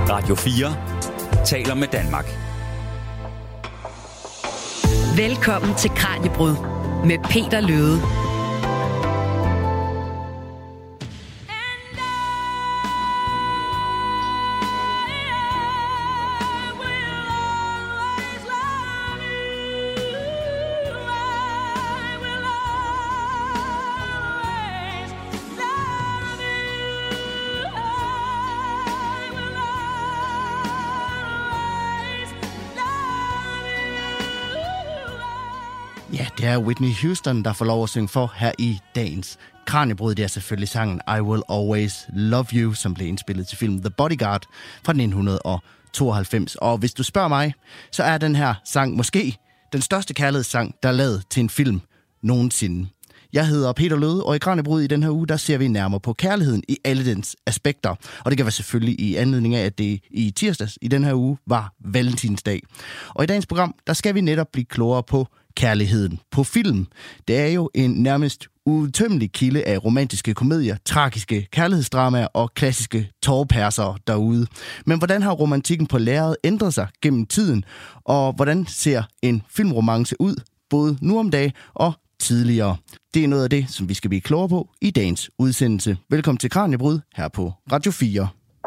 Radio 4 taler med Danmark. Velkommen til Kraniebrud med Peter Løde. Ja, det er Whitney Houston, der får lov at synge for her i dagens Kraniebrud. Det er selvfølgelig sangen I Will Always Love You, som blev indspillet til filmen The Bodyguard fra 1992. Og hvis du spørger mig, så er den her sang måske den største kærlighedssang, der er lavet til en film nogensinde. Jeg hedder Peter Løde, og i Kraniebrud i den her uge, der ser vi nærmere på kærligheden i alle dens aspekter. Og det kan være selvfølgelig i anledning af, at det i tirsdags i den her uge var Valentinsdag. Og i dagens program, der skal vi netop blive klogere på kærligheden på film. Det er jo en nærmest udtømmelig kilde af romantiske komedier, tragiske kærlighedsdramaer og klassiske tårperser derude. Men hvordan har romantikken på lærredet ændret sig gennem tiden? Og hvordan ser en filmromance ud, både nu om dagen og tidligere? Det er noget af det, som vi skal blive klogere på i dagens udsendelse. Velkommen til Kraniebrud her på Radio 4.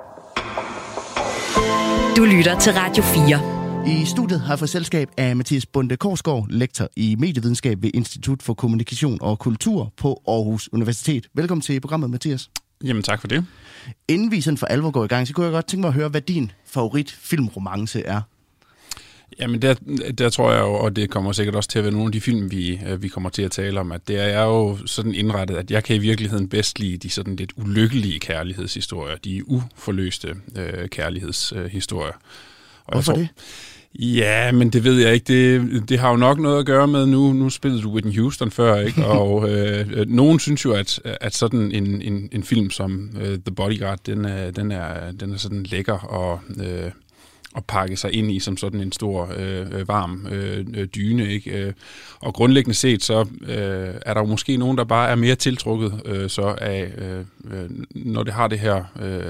Du lytter til Radio 4. I studiet har jeg fået selskab af Mathias Bonde Korsgaard, lektor i medievidenskab ved Institut for Kommunikation og Kultur på Aarhus Universitet. Velkommen til programmet, Mathias. Jamen tak for det. Inden vi sådan for alvor går i gang, så kunne jeg godt tænke mig at høre, hvad din favoritfilmromance er. Jamen der tror jeg jo, og det kommer sikkert også til at være nogle af de film, vi kommer til at tale om, at det er jo sådan indrettet, at jeg kan i virkeligheden bedst lide de sådan lidt ulykkelige kærlighedshistorier, de uforløste kærlighedshistorier. Hvorfor det? Ja, men det ved jeg ikke. Det har jo nok noget at gøre med, nu spillede du Whitney Houston før, ikke? Og nogen synes jo, at sådan en film som The Bodyguard, den er sådan lækker og pakke sig ind i som sådan en stor, varm dyne, ikke? Og grundlæggende set, så er der jo måske nogen, der bare er mere tiltrukket så af, når det har det her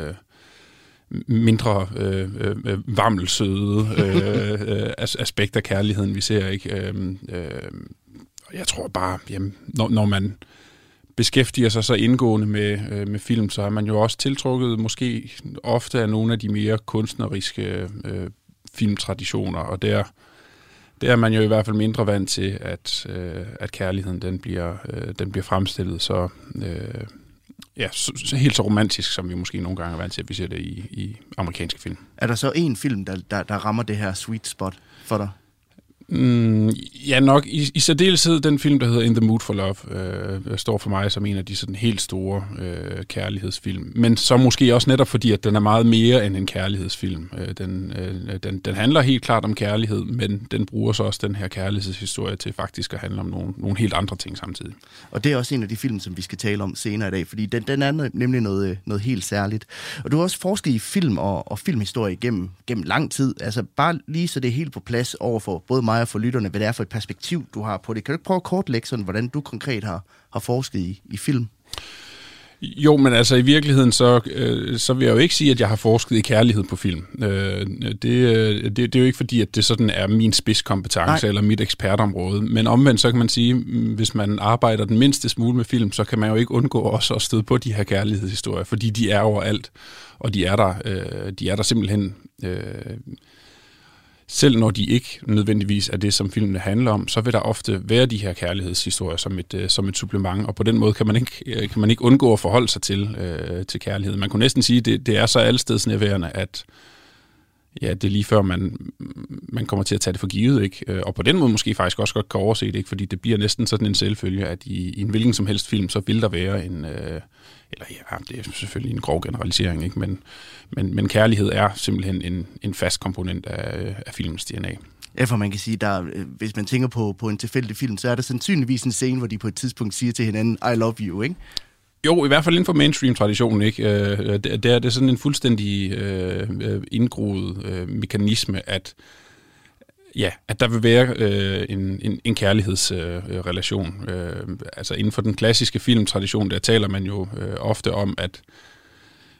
mindre varmelsøde aspekt af kærligheden, vi ser, ikke? Jeg tror bare, jamen, når man beskæftiger sig så indgående med film, så er man jo også tiltrukket måske ofte af nogle af de mere kunstneriske filmtraditioner, og der er man jo i hvert fald mindre vant til, at kærligheden den bliver fremstillet så helt så romantisk, som vi måske nogle gange er vant til, at vi ser det i amerikanske film. Er der så en film, der rammer det her sweet spot for dig? Ja, nok. I særdeleshed den film, der hedder In the Mood for Love, står for mig som en af de sådan helt store kærlighedsfilm. Men så måske også netop fordi, at den er meget mere end en kærlighedsfilm. Den handler helt klart om kærlighed, men den bruger så også den her kærlighedshistorie til faktisk at handle om nogle helt andre ting samtidig. Og det er også en af de film, som vi skal tale om senere i dag, fordi den er nemlig noget helt særligt. Og du har også forsket i film og filmhistorie gennem lang tid. Altså bare lige så det er helt på plads over for både mig og for lytterne, hvad det er for et perspektiv, du har på det. Kan du ikke prøve at kortlægge sådan, hvordan du konkret har forsket i film? Jo, men altså i virkeligheden, så vil jeg jo ikke sige, at jeg har forsket i kærlighed på film. Det er jo ikke fordi, at det sådan er min spidskompetence eller mit ekspertområde. Men omvendt, så kan man sige, hvis man arbejder den mindste smule med film, så kan man jo ikke undgå også at støde på de her kærlighedshistorier, fordi de er overalt, og de er der simpelthen. Selv når de ikke nødvendigvis er det, som filmene handler om, så vil der ofte være de her kærlighedshistorier som et supplement, og på den måde kan man ikke undgå at forholde sig til kærlighed. Man kunne næsten sige, det er så allestedsnærværende, at ja, det er lige før man kommer til at tage det for givet, ikke? Og på den måde måske faktisk også godt kan overse det, ikke? Fordi det bliver næsten sådan en selvfølge, at i en hvilken som helst film, så vil der være det er selvfølgelig en grov generalisering, ikke? Men kærlighed er simpelthen en fast komponent af filmens DNA. Ja, for man kan sige, hvis man tænker på en tilfældig film, så er der sandsynligvis en scene, hvor de på et tidspunkt siger til hinanden, I love you, ikke? Jo, i hvert fald inden for mainstream-traditionen, ikke? Det er sådan en fuldstændig indgroet mekanisme, at der vil være en kærlighedsrelation. Altså inden for den klassiske filmtradition, der taler man jo ofte om, at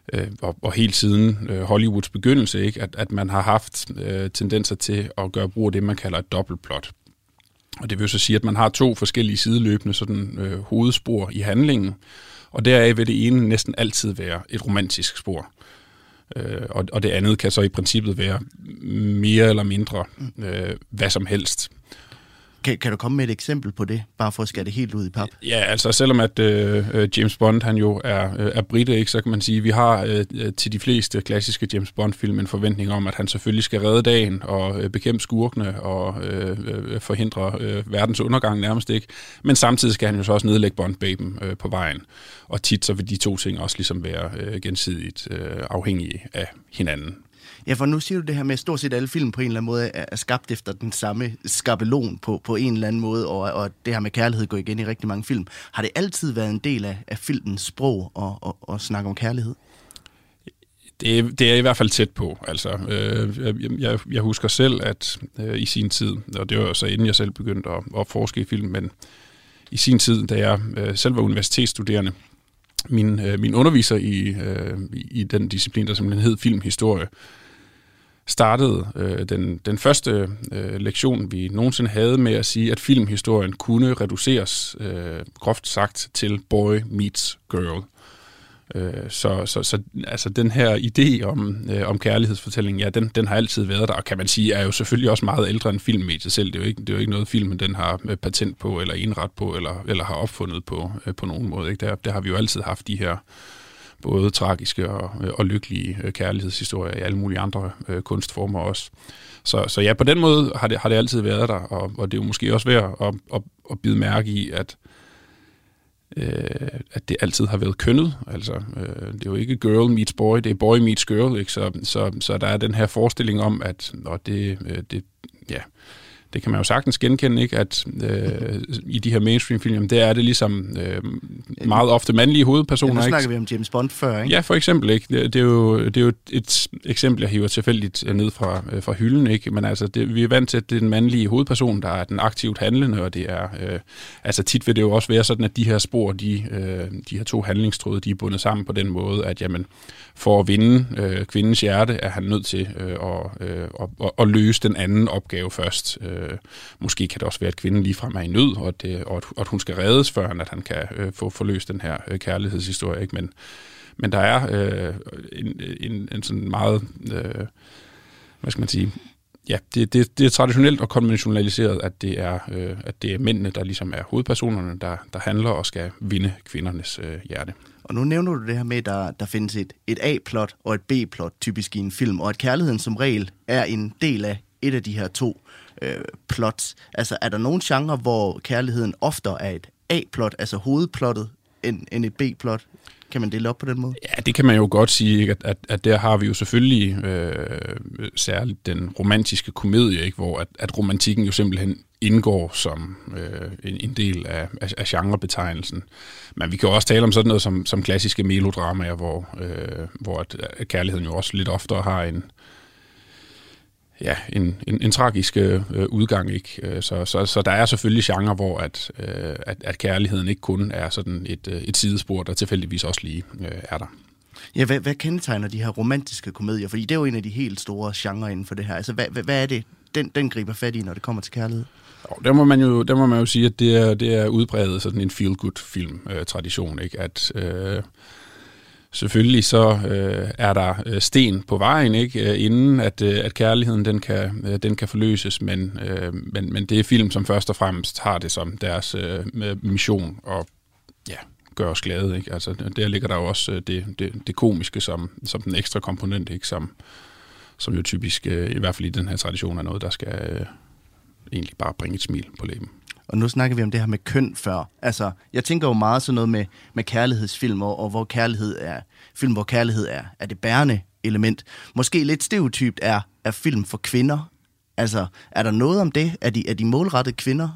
og helt siden Hollywoods begyndelse, ikke? At man har haft tendenser til at gøre brug af det, man kalder et dobbeltplot. Og det vil så sige, at man har 2 forskellige sideløbende sådan, hovedspor i handlingen, og deraf vil det ene næsten altid være et romantisk spor. Og det andet kan så i princippet være mere eller mindre hvad som helst. Kan du komme med et eksempel på det, bare for at skære det helt ud i pap? Ja, altså selvom at James Bond han jo er brite, ikke, så kan man sige, at vi har til de fleste klassiske James Bond-film en forventning om, at han selvfølgelig skal redde dagen og bekæmpe skurkene og forhindre verdens undergang nærmest ikke. Men samtidig skal han jo så også nedlægge Bond-babyen på vejen. Og tit så vil de 2 ting også ligesom være gensidigt afhængige af hinanden. Ja, for nu siger du det her med, at stort set alle film på en eller anden måde er skabt efter den samme skabelon på en eller anden måde, og det her med kærlighed går igen i rigtig mange film. Har det altid været en del af filmens sprog at snakke om kærlighed? Det er i hvert fald tæt på. Altså, jeg husker selv, at i sin tid, og det var så inden jeg selv begyndte at forske i film, men i sin tid, da jeg selv var universitetsstuderende, min underviser i den disciplin, der simpelthen hed filmhistorie, startede den første lektion, vi nogensinde havde med at sige, at filmhistorien kunne reduceres, groft sagt, til boy meets girl. Så altså den her idé om kærlighedsfortællingen, ja, den har altid været der, og kan man sige, er jo selvfølgelig også meget ældre end filmmediet selv. Det er jo ikke noget, filmen den har patent på, eller indret på, eller har opfundet på nogen måde. Ikke? Der har vi jo altid haft de her både tragiske og lykkelige kærlighedshistorier i alle mulige andre kunstformer også. Så ja, på den måde har det altid været der, og det er jo måske også værd at bide mærke i, at det altid har været kønnet. Altså, det er jo ikke girl meets boy, det er boy meets girl, ikke? Så der er den her forestilling om, at det kan man jo sagtens genkende, ikke? At i de her mainstream-film, der er det ligesom meget ofte mandlige hovedpersoner. Ja, nu snakker vi om James Bond før, ikke? Ja, for eksempel, ikke? Det er jo et eksempel, jeg hiver tilfældigt ned fra hylden, ikke? Men altså, vi er vant til, at det er den mandlige hovedperson, der er den aktivt handlende, og det er, altså tit vil det jo også være sådan, at de her spor, de her 2 handlingstråde, de er bundet sammen på den måde, at jamen, for at vinde kvindens hjerte, er han nødt til at løse den anden opgave først. Måske kan det også være, at kvinden ligefrem er i nød, og at hun skal reddes, før at han kan få forløst den her kærlighedshistorie. Ikke? Men der er en sådan meget, hvad skal man sige, ja, det er traditionelt og konventionaliseret, at det er mændene, der ligesom er hovedpersonerne, der handler og skal vinde kvindernes hjerte. Og nu nævner du det her med, at der findes et A-plot og et B-plot typisk i en film, og at kærligheden som regel er en del af et af de her 2 plots. Altså, er der nogen genre, hvor kærligheden oftere er et A-plot, altså hovedplottet, end et B-plot? Kan man dele op på den måde? Ja, det kan man jo godt sige, at der har vi jo selvfølgelig særligt den romantiske komedie, ikke? Hvor at romantikken jo simpelthen indgår som en del af genrebetegnelsen. Men vi kan også tale om sådan noget som klassiske melodramaer, hvor at kærligheden jo også lidt oftere har en tragisk udgang, ikke? Så der er selvfølgelig genre, hvor at kærligheden ikke kun er sådan et sidespor, der tilfældigvis også lige er der. Ja, hvad kendetegner de her romantiske komedier? Fordi det er jo en af de helt store genrer inden for det her. Altså, hvad er det, den griber fat i, når det kommer til kærlighed? Der må man jo sige, at det er udbredet sådan en feel-good-film-tradition, ikke? At selvfølgelig så er der sten på vejen, ikke, inden at kærligheden den kan forløses, men det er film, som først og fremmest har det som deres mission at gøre os glade, ikke? Altså der ligger der jo også det komiske som den ekstra komponent, ikke, som jo typisk i hvert fald i den her tradition er noget, der skal egentlig bare bringe et smil på læben. Og nu snakker vi om det her med køn før. Altså, jeg tænker jo meget sådan noget med kærlighedsfilm, og hvor kærlighed er det bærende element. Måske lidt stereotypt er film for kvinder. Altså, er der noget om det? Er de målrettede kvinder?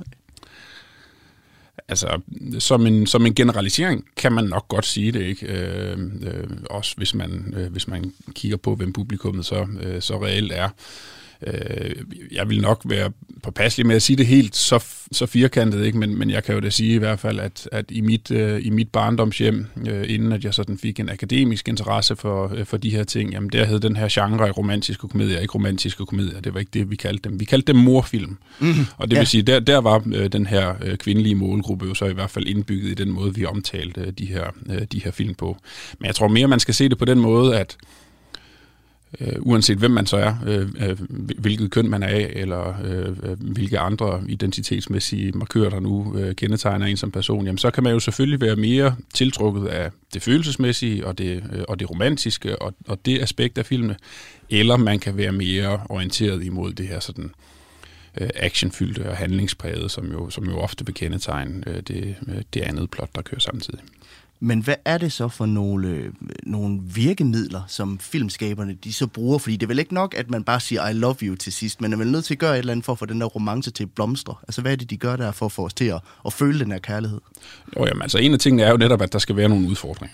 Altså, som en generalisering kan man nok godt sige det, ikke? Også hvis man kigger på, hvem publikummet så reelt er. Jeg vil nok være påpasselig med at sige det helt så firkantet, ikke? Men jeg kan jo da sige i hvert fald, at i mit barndomshjem, inden at jeg sådan fik en akademisk interesse for de her ting, jamen der hed den her genre i romantiske komedier, ikke romantiske komedier, det var ikke det, vi kaldte dem. Vi kaldte dem morfilm. Og det vil sige, der var den her kvindelige målgruppe jo så i hvert fald indbygget i den måde, vi omtalte de her film på. Men jeg tror mere, man skal se det på den måde, at uanset hvem man så er, hvilket køn man er af, eller hvilke andre identitetsmæssige markører, der nu kendetegner en som person, jamen så kan man jo selvfølgelig være mere tiltrukket af det følelsesmæssige og det romantiske og det aspekt af filmene, eller man kan være mere orienteret imod det her sådan actionfyldte og handlingsprægede, som jo ofte vil kendetegne det andet plot, der kører samtidig. Men hvad er det så for nogle virkemidler, som filmskaberne de så bruger? Fordi det er vel ikke nok, at man bare siger I love you til sidst, men er vel nødt til at gøre et eller andet for at få den der romance til at blomstre? Altså hvad er det, de gør der for at få os til at føle den her kærlighed? Jo, jamen altså en af tingene er jo netop, at der skal være nogle udfordringer.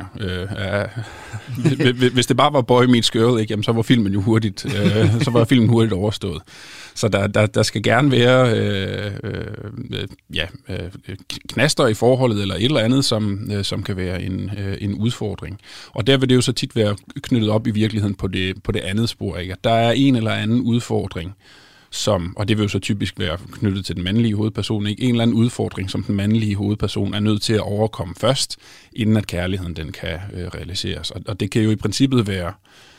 Hvis det bare var boy meets girl, ikke, jamen, så var filmen jo hurtigt, overstået. Så der skal gerne være knaster i forholdet, eller et eller andet, som kan være en udfordring. Og der vil det jo så tit være knyttet op i virkeligheden på det andet spor, ikke? At der er en eller anden udfordring, og det vil jo så typisk være knyttet til den mandlige hovedperson, ikke? En eller anden udfordring, som den mandlige hovedperson er nødt til at overkomme først, inden at kærligheden den kan realiseres. Og det kan jo i princippet være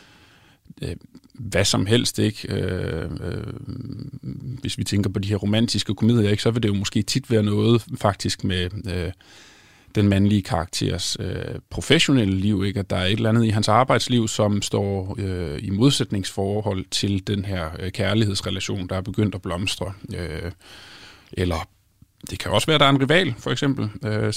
hvad som helst, ikke? Hvis vi tænker på de her romantiske komedier, ikke, så vil det jo måske tit være noget faktisk med den mandlige karakters professionelle liv, ikke? At der er et eller andet i hans arbejdsliv, som står i modsætningsforhold til den her kærlighedsrelation, der er begyndt at blomstre. Eller det kan også være, at der er en rival, for eksempel,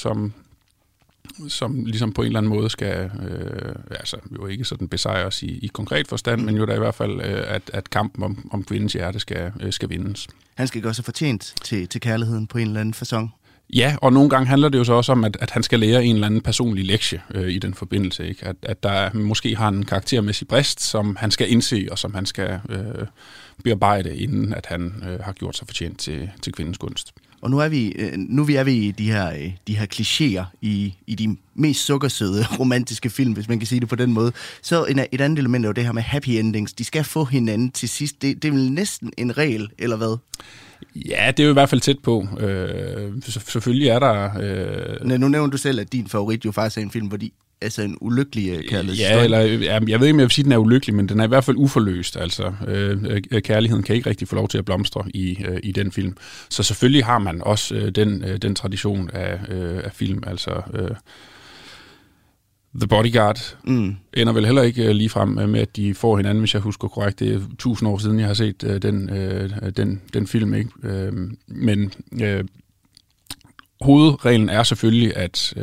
som ligesom på en eller anden måde skal, jo ikke sådan besejres i konkret forstand, men jo der i hvert fald, at kampen om kvindens hjerte skal vindes. Han skal gøre sig fortjent til kærligheden på en eller anden facon. Ja, og nogle gange handler det jo så også om, at han skal lære en eller anden personlig lektie i den forbindelse, ikke? At der måske har en karaktermæssig brist, som han skal indse, og som han skal bearbejde, inden at han har gjort sig fortjent til kvindens gunst. Og nu er vi i de her klichéer i de mest sukkersøde romantiske film, hvis man kan sige det på den måde. Så et andet element er jo det her med happy endings. De skal få hinanden til sidst. Det er vel næsten en regel, eller hvad? Ja, det er jo i hvert fald tæt på. Selvfølgelig er der... Nu nævner du selv, at din favorit jo faktisk er en film, hvor de altså en ulykkelig kærlighed. Ja, eller jeg ved ikke, om jeg vil sige, at den er ulykkelig, men den er i hvert fald uforløst. Altså, kærligheden kan ikke rigtig få lov til at blomstre i den film. Så selvfølgelig har man også den tradition af film. Altså, The Bodyguard ender vel heller ikke ligefrem med, at de får hinanden, hvis jeg husker korrekt. Det er 1000 år siden, jeg har set den film, ikke? Men hovedreglen er selvfølgelig,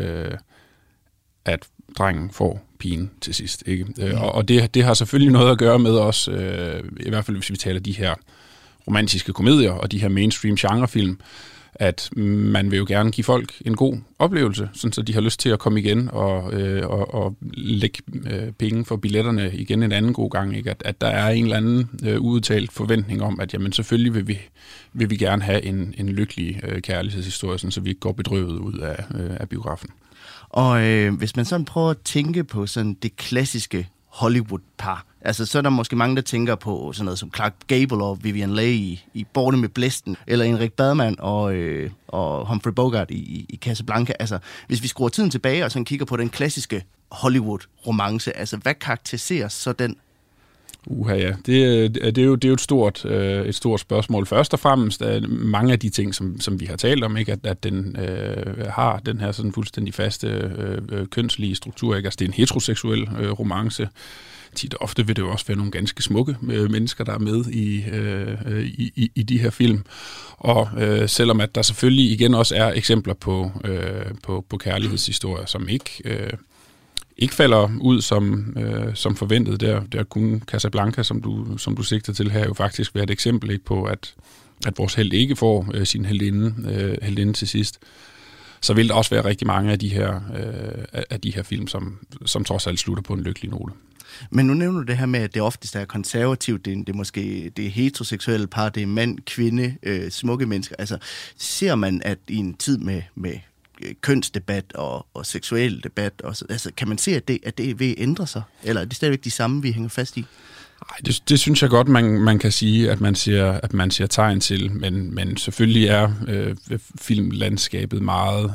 at drengen får pigen til sidst, ikke? Og det har selvfølgelig noget at gøre med os, i hvert fald hvis vi taler de her romantiske komedier og de her mainstream genrefilm, at man vil jo gerne give folk en god oplevelse, sådan så de har lyst til at komme igen og lægge penge for billetterne igen en anden god gang, ikke? At der er en eller anden udtalt forventning om, at jamen selvfølgelig vil vi gerne have en lykkelig kærlighedshistorie, sådan så vi ikke går bedrøvet ud af biografen. Og hvis man sådan prøver at tænke på sådan det klassiske Hollywood-par, altså så er der måske mange, der tænker på sådan noget som Clark Gable og Vivien Leigh i Borte med Blæsten, eller Ingrid Bergman og Humphrey Bogart i Casablanca. Altså, hvis vi skruer tiden tilbage og sådan kigger på den klassiske Hollywood-romance, altså hvad karakteriserer så den? Ja. Det er jo et stort spørgsmål. Først og fremmest er mange af de ting, som vi har talt om, ikke, at den har den her sådan fuldstændig faste kønslige struktur, ikke? Altså det er en heteroseksuel romance. Tit ofte vil det jo også være nogle ganske smukke mennesker, der er med i de her film. Og selvom at der selvfølgelig igen også er eksempler på kærlighedshistorier, som ikke falder ud som forventet. Der kunne Casablanca, som du sigter til her, jo faktisk være et eksempel, ikke, på, at vores helt ikke får sin heldinde til sidst. Så vil der også være rigtig mange af de her film, som trods alt slutter på en lykkelig note. Men nu nævner du det her med, at det oftest er konservativt, det er måske det er heteroseksuelle par, det er mand, kvinde, smukke mennesker. Altså, ser man, at i en tid med kønsdebat og seksuel debat, altså, kan man se, at det vil ændre sig? Eller er det stadigvæk de samme, vi hænger fast i? Nej, det synes jeg godt, man kan sige, at man ser tegn til, men selvfølgelig er filmlandskabet meget,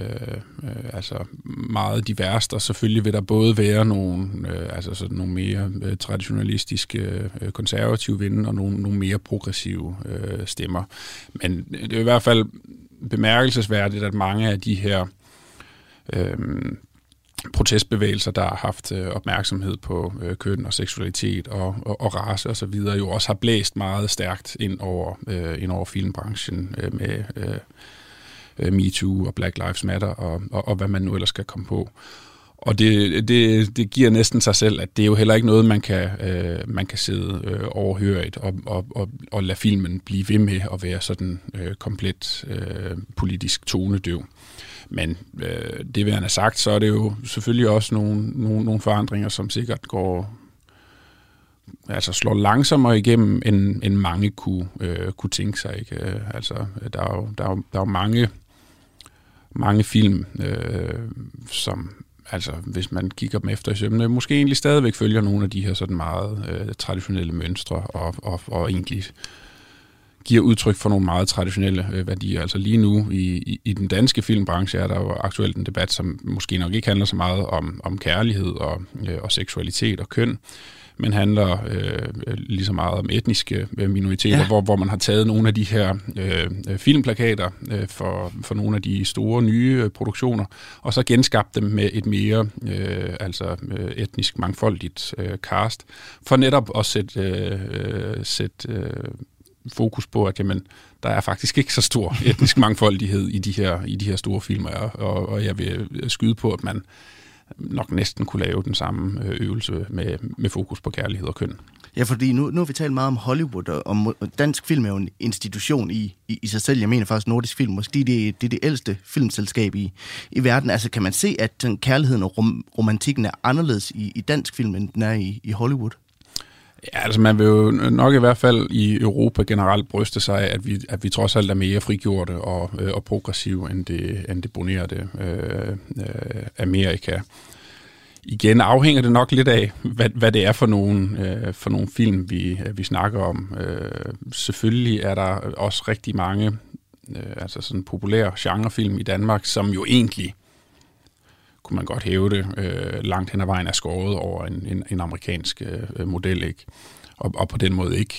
meget diverst, og selvfølgelig vil der både være nogle, sådan nogle mere traditionalistiske konservative vinde og nogle mere progressive stemmer. Men det er i hvert fald bemærkelsesværdigt, at mange af de her protestbevægelser, der har haft opmærksomhed på køn og seksualitet og race og så videre, jo også har blæst meget stærkt ind over filmbranchen med MeToo og Black Lives Matter og hvad man nu ellers skal komme på. Og det giver næsten sig selv, at det er jo heller ikke noget, man kan sidde overhørigt og lade filmen blive ved med at være sådan komplet politisk tonedøv. Men det vil han have sagt, så er det jo selvfølgelig også nogle forandringer, som sikkert slår langsommere igennem, end mange kunne tænke sig. Ikke? Der er jo mange film, som, hvis man kigger dem efter i sømmene, måske egentlig stadigvæk følger nogle af de her sådan meget traditionelle mønstre og egentlig giver udtryk for nogle meget traditionelle værdier. Altså lige nu i den danske filmbranche er der jo aktuelt en debat, som måske nok ikke handler så meget om kærlighed og seksualitet og køn, men handler lige så meget om etniske minoriteter, hvor man har taget nogle af de her filmplakater for nogle af de store nye produktioner, og så genskabt dem med et mere etnisk mangfoldigt cast, for netop at sætte fokus på, at jamen, der er faktisk ikke så stor etnisk mangfoldighed i de her store filmer, og jeg vil skyde på, at man nok næsten kunne lave den samme øvelse med fokus på kærlighed og køn. Ja, fordi nu har vi talt meget om Hollywood, og dansk film er jo en institution i sig selv. Jeg mener faktisk, nordisk film, måske det er det ældste filmselskab i verden. Altså, kan man se, at den kærligheden og romantikken er anderledes i dansk film, end den er i Hollywood? Ja, altså man vil jo nok i hvert fald i Europa generelt bryste sig af, at vi trods alt er mere frigjorte og progressive end det bonerte Amerika. Igen afhænger det nok lidt af, hvad det er for nogle film, vi snakker om. Selvfølgelig er der også rigtig mange sådan populære genrefilm i Danmark, som jo egentlig, kunne man godt hæve det, langt hen ad vejen er skåret over en amerikansk model, ikke? Og på den måde ikke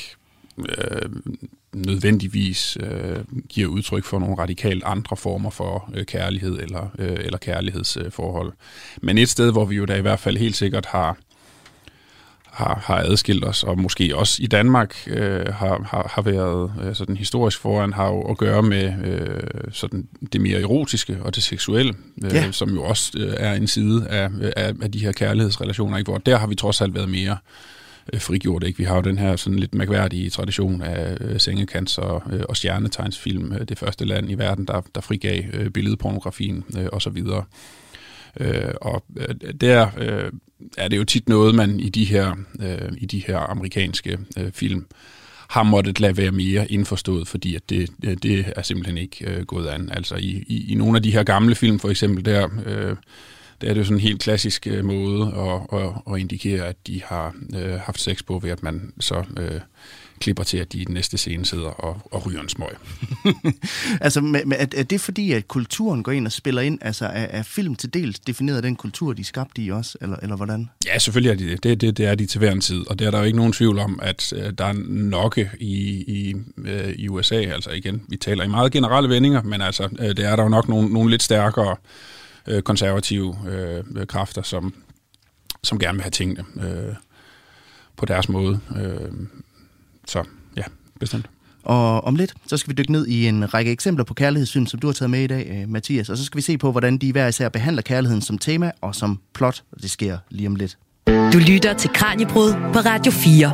nødvendigvis giver udtryk for nogle radikalt andre former for kærlighed eller kærlighedsforhold. Men et sted, hvor vi jo da i hvert fald helt sikkert har adskilt os, og måske også i Danmark har været sådan historisk foran, har jo at gøre med sådan det mere erotiske og det seksuelle, som jo også er en side af de her kærlighedsrelationer, ikke? Hvor der har vi trods alt været mere frigjort, ikke? Vi har jo den her sådan lidt mærkværdige tradition af sengekants og stjernetegnsfilm, det første land i verden, der frigav billedpornografien og så videre. Og der er det jo tit noget, man i de her amerikanske film har måttet lade være mere indforstået, fordi at det er simpelthen ikke gået an. Altså i nogle af de her gamle film, for eksempel, der er det jo sådan en helt klassisk måde at indikere, at de har haft sex på, ved at man så klipper til, at de i den næste scene sidder og ryger en smøg. Altså, er det fordi, at kulturen går ind og spiller ind? Altså, er film til dels defineret af den kultur, de er skabt i også, eller hvordan? Ja, selvfølgelig er de det. Det er de til hver en tid, og der er der jo ikke nogen tvivl om, at der er nok i USA, altså igen, vi taler i meget generelle vendinger, men altså, der er der jo nok nogle lidt stærkere konservative kræfter, som gerne vil have tingene på deres måde. Så ja, bestemt. Og om lidt, så skal vi dykke ned i en række eksempler på kærlighedsfilm, som du har taget med i dag, Mathias. Og så skal vi se på, hvordan de hver især behandler kærligheden som tema og som plot. Og det sker lige om lidt. Du lytter til Kraniebrud på Radio 4.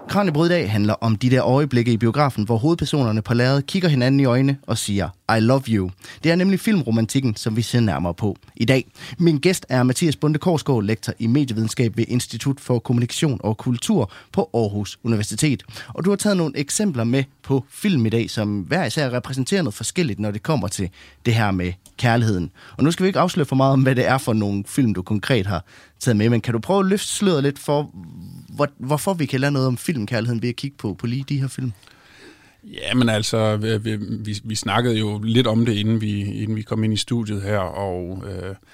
Kraniebrud i dag handler om de der øjeblikke i biografen, hvor hovedpersonerne på lærredet kigger hinanden i øjnene og siger, I love you. Det er nemlig filmromantikken, som vi ser nærmere på i dag. Min gæst er Mathias Bonde Korsgaard, lektor i medievidenskab ved Institut for Kommunikation og Kultur på Aarhus Universitet. Og du har taget nogle eksempler med på film i dag, som hver især repræsenterer noget forskelligt, når det kommer til det her med kærligheden. Og nu skal vi ikke afsløre for meget om, hvad det er for nogle film, du konkret har taget med, men kan du prøve at løfte sløret lidt for, hvorfor vi kan lære noget om filmkærligheden ved at kigge på lige de her film? Ja, men altså, vi snakkede jo lidt om det, inden vi kom ind i studiet her, og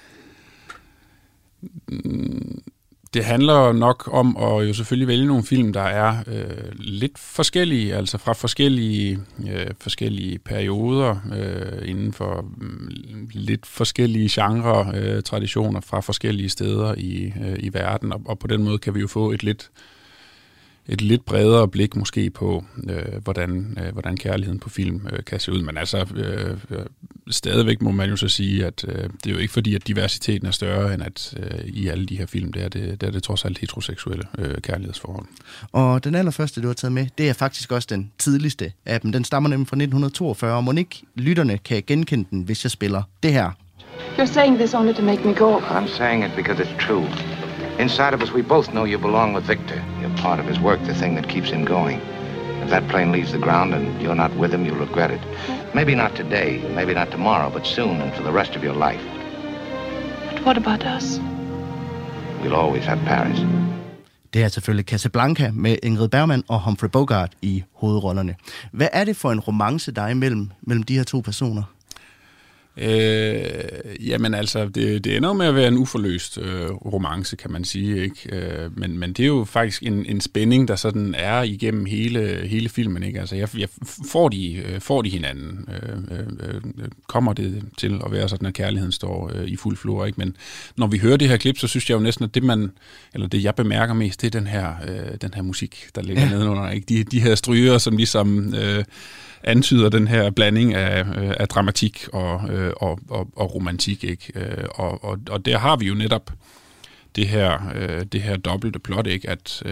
det handler nok om at jo selvfølgelig vælge nogle film, der er lidt forskellige, altså fra forskellige perioder inden for lidt forskellige genre, traditioner fra forskellige steder i verden, og på den måde kan vi jo få et lidt bredere blik måske på, hvordan kærligheden på film kan se ud. Men altså, stadigvæk må man jo så sige, at det er jo ikke fordi, at diversiteten er større, end at i alle de her film, der er det trods alt heteroseksuelle kærlighedsforhold. Og den allerførste, du har taget med, det er faktisk også den tidligste af dem. Den stammer nemlig fra 1942, og mon ikke lytterne kan genkende den, hvis jeg spiller det her. You're saying this only to make me go. I'm saying it because it's true. Inside of us, we both know you belong with Victor. You're part of his work, the thing that keeps him going. If that plane leaves the ground and you're not with him, you'll regret it. Maybe not today, maybe not tomorrow, but soon and for the rest of your life. But what about us? We'll always have Paris. Det er selvfølgelig Casablanca med Ingrid Bergman og Humphrey Bogart i hovedrollerne. Hvad er det for en romance, der er mellem de her to personer? Jamen altså, det ender med at være en uforløst romance, kan man sige, ikke? Men det er jo faktisk en spænding, der sådan er igennem hele filmen, ikke? Altså, jeg får de hinanden? Kommer det til at være sådan, at kærligheden står i fuld flor, ikke? Men når vi hører det her klip, så synes jeg jo næsten, at det jeg bemærker mest, det er den her musik, der ligger nedenunder, ikke? De her stryger, som ligesom antyder den her blanding af dramatik og romantik, ikke? Og der har vi jo netop det her dobbelte plot, ikke?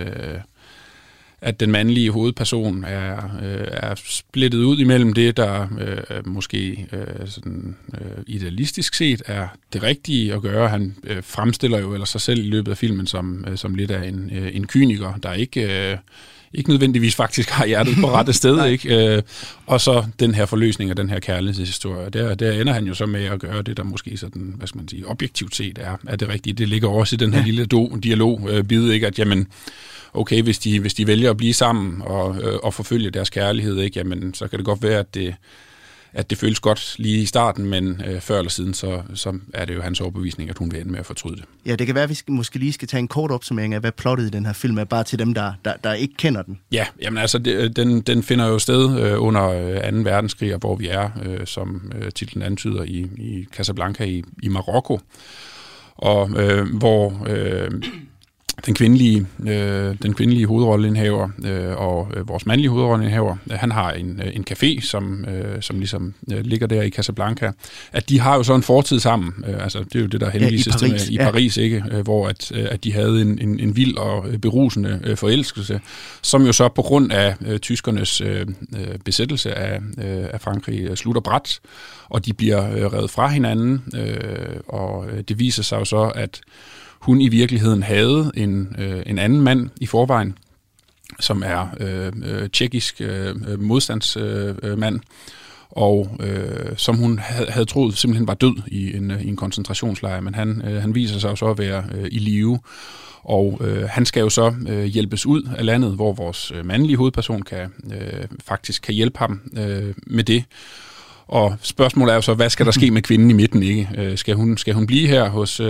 At den mandlige hovedperson er splittet ud imellem det, der måske idealistisk set er det rigtige at gøre. Han fremstiller jo ellers sig selv i løbet af filmen som lidt af en kyniker, der ikke nødvendigvis faktisk har hjertet på rette sted, ikke? Og så den her forløsning af den her kærlighedshistorie. Der ender han jo så med at gøre det, der måske sådan, hvad skal man sige, objektivt set er det rigtige. Det ligger også i den her lille dialogbid, ikke? At jamen, okay, hvis de vælger at blive sammen og forfølge deres kærlighed, ikke? Jamen, så kan det godt være, at det føles godt lige i starten, men før eller siden, så er det jo hans overbevisning, at hun vil ende med at fortryde det. Ja, det kan være, at vi måske lige skal tage en kort opsummering af, hvad plottet i den her film er, bare til dem, der ikke kender den. Ja, jamen altså, den finder jo sted under 2. verdenskrig, hvor vi er, som titlen antyder, i Casablanca i Marokko, og hvor den kvindelige hovedrolleindhaver og vores mandlige hovedrolleindhaver, han har en café, som ligesom ligger der i Casablanca. At de har jo så en fortid sammen. Altså det er jo det, der henvises til i Paris, ikke? Hvor at de havde en vild og berusende forelskelse, som jo så på grund af tyskernes besættelse af Frankrig slutter brat, og de bliver revet fra hinanden, og det viser sig jo så, at hun i virkeligheden havde en anden mand i forvejen, som er tjekkisk modstandsmand, og som hun havde troet simpelthen var død i en koncentrationslejr, men han viser sig jo så at være i live, og han skal jo så hjælpes ud af landet, hvor vores mandlige hovedperson faktisk kan hjælpe ham med det. Og spørgsmålet er jo så, hvad skal der ske med kvinden i midten, ikke? Skal hun blive her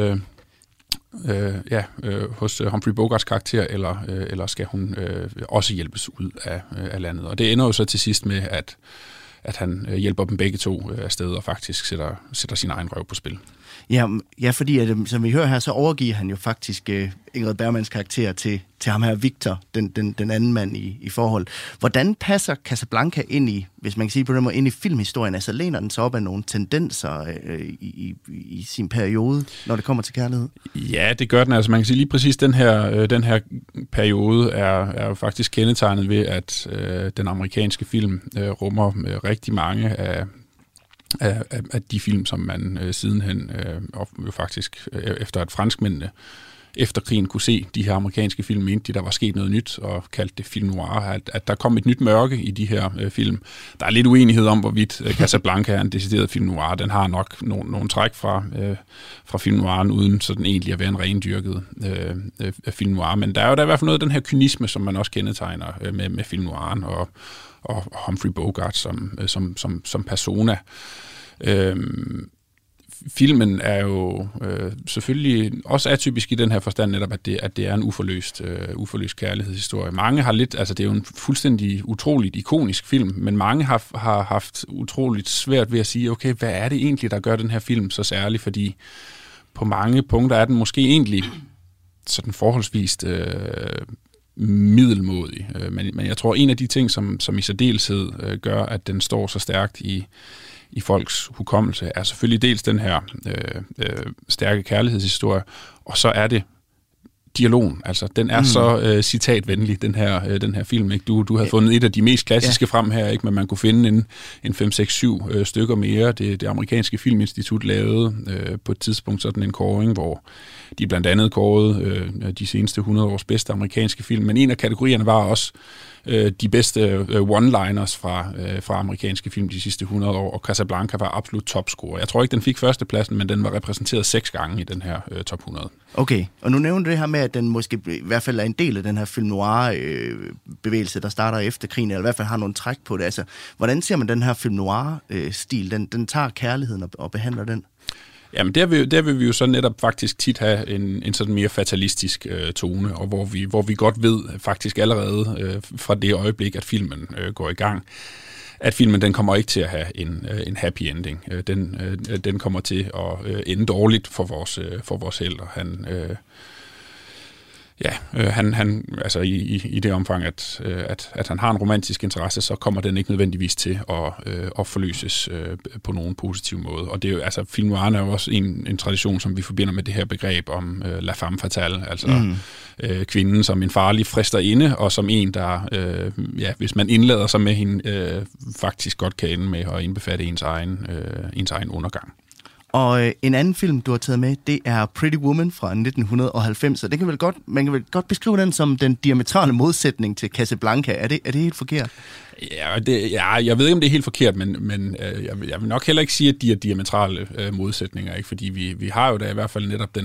hos Humphrey Bogarts karakter, eller skal hun også hjælpes ud af landet? Og det ender jo så til sidst med, at han hjælper dem begge to afsted og faktisk sætter sin egen røv på spil. Ja, fordi som vi hører her, så overgiver han jo faktisk Ingrid Bergmans karakter til ham her Victor, den anden mand i forhold. Hvordan passer Casablanca ind i, hvis man kan sige på den måde, ind i filmhistorien? Altså læner den sig op af nogle tendenser i sin periode, når det kommer til kærlighed? Ja, det gør den. Altså man kan sige lige præcis, den her periode er faktisk kendetegnet ved, at den amerikanske film rummer rigtig mange af de film, som man sidenhen, og jo faktisk efter at franskmændene efter krigen kunne se de her amerikanske film, mente de, der var sket noget nyt, og kaldte det film noir, at der kom et nyt mørke i de her film. Der er lidt uenighed om, hvorvidt Casablanca er en decideret film noir. Den har nok nogle træk fra film noiren, uden sådan egentlig at være en rendyrket film noir. Men der er jo der i hvert fald noget af den her kynisme, som man også kendetegner med film noiren, og Humphrey Bogart som persona. Filmen er jo selvfølgelig også atypisk i den her forstand netop, at det er en uforløst kærlighedshistorie. Mange har lidt, altså det er jo en fuldstændig utroligt ikonisk film, men mange har haft utroligt svært ved at sige, okay, hvad er det egentlig, der gør den her film så særlig, fordi på mange punkter er den måske egentlig sådan forholdsvist middelmådig. Men jeg tror, en af de ting, som i særdeleshed gør, at den står så stærkt i folks hukommelse, er selvfølgelig dels den her stærke kærlighedshistorie, og så er det dialogen. Altså, den er så citatvenlig, den her film. Ikke? Du har fundet et af de mest klassiske frem her, ikke? Men man kunne finde en 5, 6, 7 stykker mere. Det amerikanske filminstitut lavede på et tidspunkt sådan en kåring, hvor de blandt andet kårede de seneste 100 års bedste amerikanske film, men en af kategorierne var også de bedste one-liners fra amerikanske film de sidste 100 år, og Casablanca var absolut topscorer. Jeg tror ikke, den fik førstepladsen, men den var repræsenteret 6 gange i den her top 100. Okay, og nu nævner du det her med, at den måske i hvert fald er en del af den her film noir-bevægelse, der starter efter krigen, eller i hvert fald har nogle træk på det. Altså, hvordan ser man den her film noir-stil? Den tager kærligheden og behandler den? Jamen, der vil vi jo så netop faktisk tit have en sådan mere fatalistisk tone, og hvor vi godt ved faktisk allerede fra det øjeblik, at filmen går i gang, at filmen den kommer ikke til at have en happy ending. Den kommer til at ende dårligt for vores helte. Han altså i det omfang, at han har en romantisk interesse, så kommer den ikke nødvendigvis til at forløses på nogen positiv måde. Og det er jo, altså, film noiren er jo også en tradition, som vi forbinder med det her begreb om la femme fatale, altså kvinden som en farlig fristerinde, og som en, der, hvis man indlader sig med hende, faktisk godt kan ende med at indbefatte ens egen undergang. Og en anden film, du har taget med, det er Pretty Woman fra 1990, og man kan vel godt beskrive den som den diametrale modsætning til Casablanca. Er det helt forkert? Ja, jeg ved ikke, om det er helt forkert, men jeg vil nok heller ikke sige, at de er diametrale modsætninger, ikke? Fordi vi har jo da i hvert fald netop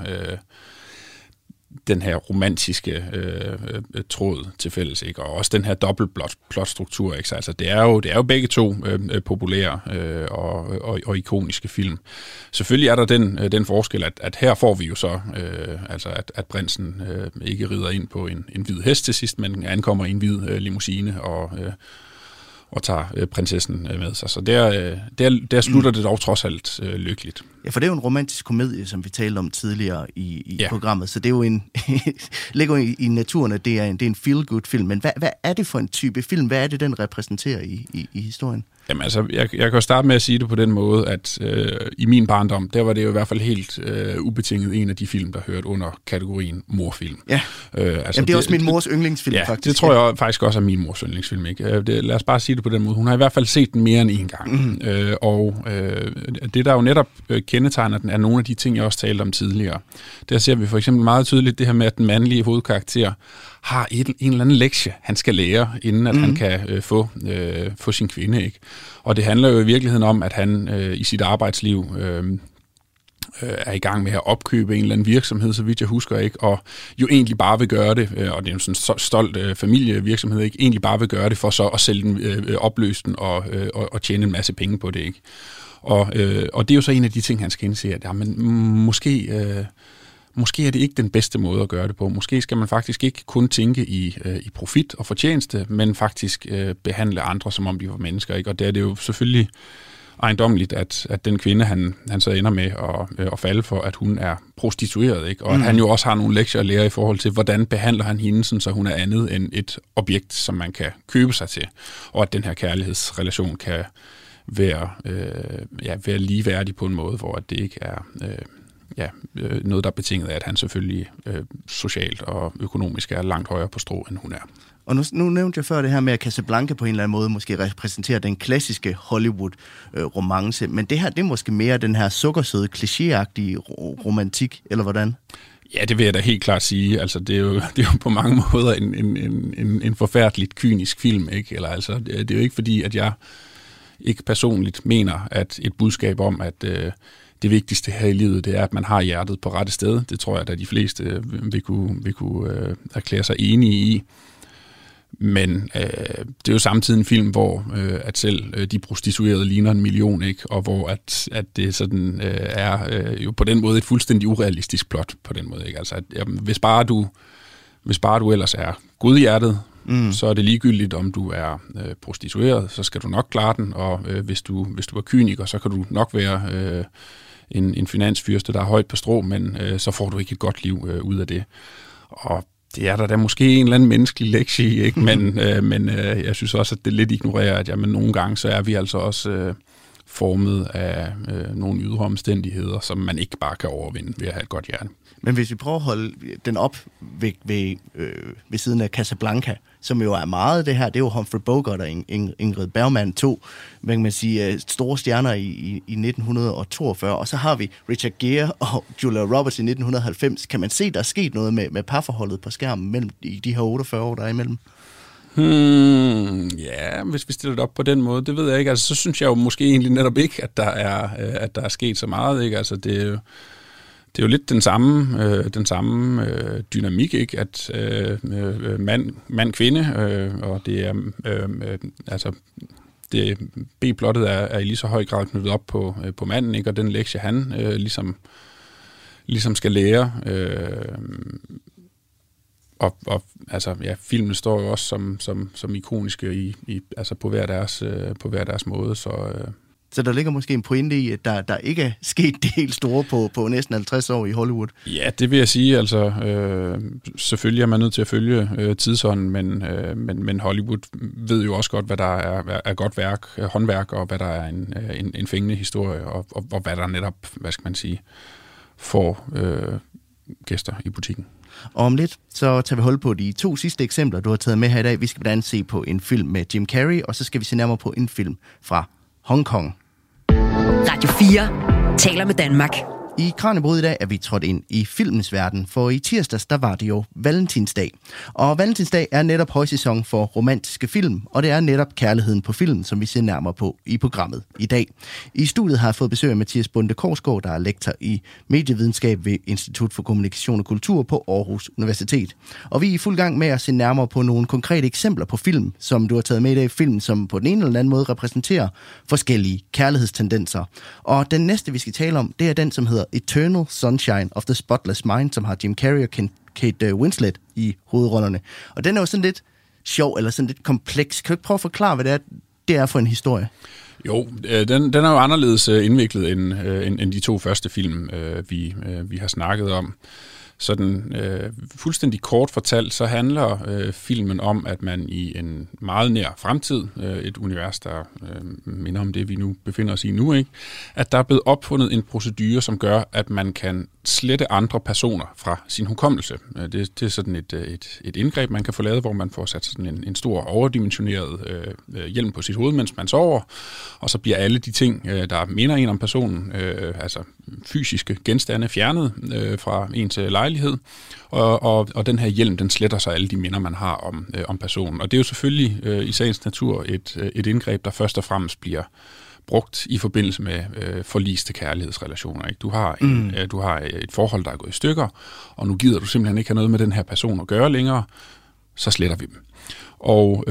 den her romantiske tråd til fælles, ikke? Og også den her dobbeltplotstruktur, ikke? Altså det er jo begge to populære og ikoniske film. Selvfølgelig er der den forskel, at her får vi jo så at prinsen ikke rider ind på en hvid hest til sidst, men ankommer i en hvid limousine og tager prinsessen med sig. Så der slutter det dog trods alt lykkeligt. Ja, for det er jo en romantisk komedie, som vi talte om tidligere i programmet, så det er jo ligger i naturen, at det er en feel-good film. Men hvad er det for en type film? Hvad er det, den repræsenterer i historien? Jamen altså, jeg kan jo starte med at sige det på den måde, at i min barndom, der var det jo i hvert fald helt ubetinget en af de film, der hørte under kategorien morfilm. Ja, altså, det er også min mors yndlingsfilm, faktisk. Det tror jeg faktisk også er min mors yndlingsfilm, ikke? Lad os bare sige det på den måde. Hun har i hvert fald set den mere end en gang. Det, der jo netop kendetegner den, er nogle af de ting, jeg også talte om tidligere. Der ser vi for eksempel meget tydeligt det her med, at den mandlige hovedkarakter har en eller anden lektie, han skal lære, inden at han kan få sin kvinde, ikke? Og det handler jo i virkeligheden om, at han i sit arbejdsliv er i gang med at opkøbe en eller anden virksomhed, så vidt jeg husker, ikke? Og jo egentlig bare vil gøre det, og det er jo sådan en stolt familievirksomhed, ikke? Egentlig bare vil gøre det for så at sælge den, opløse den og tjene en masse penge på det, ikke? Og det er jo så en af de ting, han skal indse, at jamen, måske er det ikke den bedste måde at gøre det på. Måske skal man faktisk ikke kun tænke i profit og fortjeneste, men faktisk behandle andre, som om de var mennesker, ikke? Og det er det jo selvfølgelig ejendommeligt, at den kvinde, han så ender med at falde for, at hun er prostitueret, ikke? Og at han jo også har nogle lektier at lære i forhold til, hvordan behandler han hende, sådan, så hun er andet end et objekt, som man kan købe sig til. Og at den her kærlighedsrelation kan være ligeværdig på en måde, hvor det ikke er noget, der er betinget af, at han selvfølgelig socialt og økonomisk er langt højere på strå, end hun er. Og nu nævnte jeg før det her med, at Casablanca på en eller anden måde måske repræsenterer den klassiske Hollywood-romance, men det her, det er måske mere den her sukkersøde, klichéagtige romantik, eller hvordan? Ja, det vil jeg da helt klart sige. Altså, det er jo på mange måder en forfærdeligt kynisk film, ikke? Eller altså, det er jo ikke fordi, at jeg ikke personligt mener, at et budskab om, at det vigtigste her i livet, det er, at man har hjertet på rette sted. Det tror jeg, at de fleste vil kunne erklære sig enige i. Men det er jo samtidig en film, hvor at selv de prostituerede ligner 1 million, ikke? Og hvor at det sådan er jo på den måde et fuldstændig urealistisk plot på den måde, ikke? Altså, at, hvis bare du ellers er godhjertet, så er det ligegyldigt, om du er prostitueret, så skal du nok klare den, og hvis du er kyniker, så kan du nok være en finansfyrste, der er højt på strå, men så får du ikke et godt liv ud af det. Og det er der da måske en eller anden menneskelig lektie i, ikke? Men jeg synes også, at det lidt ignorerer, at nogle gange så er vi altså også formet af nogle ydre omstændigheder, som man ikke bare kan overvinde ved at have et godt hjerte. Men hvis vi prøver at holde den op ved siden af Casablanca, som jo er meget det her, det er jo Humphrey Bogart og Ingrid Bergman, 2, hvad kan man sige, store stjerner i 1942, og så har vi Richard Gere og Julia Roberts i 1990. Kan man se, der er sket noget med parforholdet på skærmen mellem i de her 48 år, der er imellem? Ja, hvis vi stiller det op på den måde, det ved jeg ikke. Altså, så synes jeg jo måske egentlig netop ikke, at der er sket så meget, ikke? Altså, det er jo lidt den samme dynamik, ikke? At mand-kvinde, og det er altså det B-plottet er i lige så høj grad knyttet op på manden, ikke? Og den lektie han ligesom skal lære. Og altså ja, filmen står jo også som ikoniske i altså på hver deres måde, Så der ligger måske en pointe i, at der ikke er sket det helt store på næsten 50 år i Hollywood. Ja, det vil jeg sige. Altså, selvfølgelig er man nødt til at følge tidsånden, men Hollywood ved jo også godt, hvad der er godt håndværk, og hvad der er en fængende historie, og hvad der netop, hvad skal man sige, får gæster i butikken. Og om lidt, så tager vi hul på de 2 sidste eksempler, du har taget med her i dag. Vi skal blandt andet se på en film med Jim Carrey, og så skal vi se nærmere på en film fra Hongkong. Radio 4 taler med Danmark. I Kraniebrud i dag er vi trådt ind i filmens verden, for i tirsdags, der var det jo Valentinsdag. Og Valentinsdag er netop højsæson for romantiske film, og det er netop kærligheden på film, som vi ser nærmere på i programmet i dag. I studiet har jeg fået besøg af Mathias Bonde Korsgaard, der er lektor i medievidenskab ved Institut for Kommunikation og Kultur på Aarhus Universitet. Og vi er i fuld gang med at se nærmere på nogle konkrete eksempler på film, som du har taget med i dag. Film, som på den ene eller anden måde repræsenterer forskellige kærlighedstendenser. Og den næste, vi skal tale om, det er den, som hedder Eternal Sunshine of the Spotless Mind, som har Jim Carrey og Kate Winslet i hovedrollerne. Og den er jo sådan lidt sjov, eller sådan lidt kompleks. Kan du ikke prøve at forklare, hvad det er for en historie? Jo, den er jo anderledes indviklet end de 2 første film, vi har snakket om. Sådan fuldstændig kort fortalt, så handler filmen om, at man i en meget nær fremtid, et univers, der minder om det, vi nu befinder os i nu, ikke? At der er blevet opfundet en procedure, som gør, at man kan slette andre personer fra sin hukommelse. Det er sådan et indgreb, man kan få lavet, hvor man får sat sådan en stor overdimensioneret hjelm på sit hoved, mens man sover, og så bliver alle de ting, der minder en om personen, altså fysiske genstande, fjernet fra ens lejlighed, og den her hjelm, den sletter sig alle de minder, man har om personen. Og det er jo selvfølgelig i sagens natur et indgreb, der først og fremmest bliver brugt i forbindelse med forliste kærlighedsrelationer. Ikke? Du har et forhold, der er gået i stykker, og nu gider du simpelthen ikke have noget med den her person at gøre længere, så sletter vi dem. Og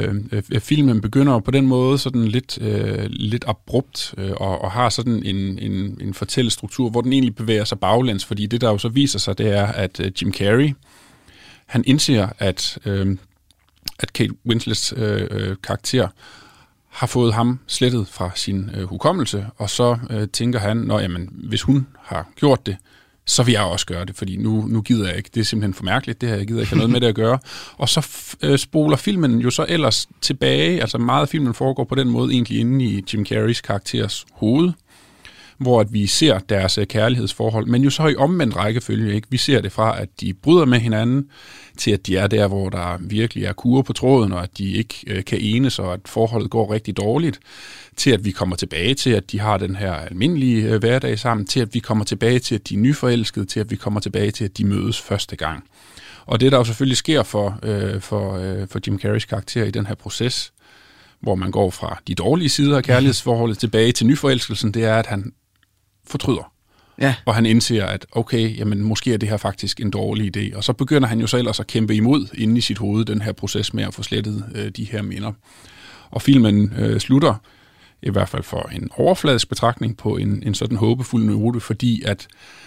filmen begynder på den måde sådan lidt abrupt og har sådan en fortællestruktur, hvor den egentlig bevæger sig baglæns, fordi det, der jo så viser sig, det er, at Jim Carrey, han indser, at Kate Winslets karakter har fået ham slettet fra sin hukommelse, og så tænker han, hvis hun har gjort det, så vil jeg også gøre det, fordi nu gider jeg ikke. Det er simpelthen for mærkeligt, det her, jeg gider ikke have noget med det at gøre. Og så spoler filmen jo så ellers tilbage, altså meget af filmen foregår på den måde egentlig inde i Jim Carreys karakteres hoved, hvor at vi ser deres kærlighedsforhold, men jo så i omvendt rækkefølge, ikke? Vi ser det fra, at de bryder med hinanden, til at de er der, hvor der virkelig er kurre på tråden, og at de ikke kan enes, og at forholdet går rigtig dårligt, til at vi kommer tilbage til, at de har den her almindelige hverdag sammen, til at vi kommer tilbage til, at de er nyforelskede, til at vi kommer tilbage til, at de mødes første gang. Og det, der jo selvfølgelig sker for Jim Carreys karakter i den her proces, hvor man går fra de dårlige sider af kærlighedsforholdet tilbage til nyforelskelsen, det er, at han fortryder. Ja. Og han indser, at okay, jamen måske er det her faktisk en dårlig idé. Og så begynder han jo så ellers at kæmpe imod inde i sit hoved, den her proces med at få slettet de her minder. Og filmen slutter, i hvert fald for en overfladisk betragtning, på en sådan håbefuld note, fordi at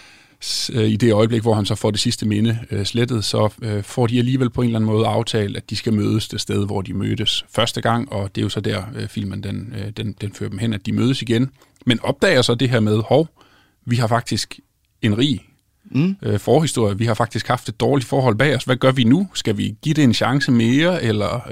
i det øjeblik, hvor han så får det sidste minde slettet, så får de alligevel på en eller anden måde aftalt, at de skal mødes det sted, hvor de mødtes første gang, og det er jo så der filmen den fører dem hen, at de mødes igen. Men opdager så det her med, vi har faktisk en rig forhistorie, vi har faktisk haft et dårligt forhold bag os. Hvad gør vi nu? Skal vi give det en chance mere, eller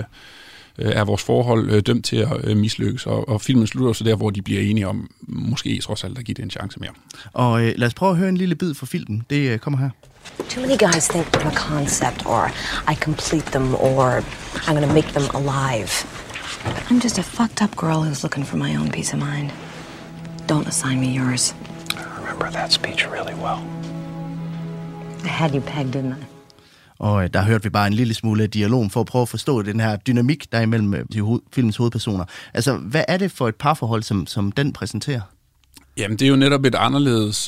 er vores forhold dømt til at mislykkes? Og filmen slutter så der, hvor de bliver enige om, måske trods alt at give det en chance mere. Og lad os prøve at høre en lille bid fra filmen. Det kommer her. Too many guys think I'm a concept, or I complete them, or I'm gonna make them alive. I'm just a fucked up girl who's looking for my own peace of mind. Don't assign me yours. I remember that speech really well. I had you pegged, didn't I? Og der hørte vi bare en lille smule af dialogen for at prøve at forstå den her dynamik, der er imellem filmens hovedpersoner. Altså, hvad er det for et parforhold, som den præsenterer? Jamen, det er jo netop et anderledes,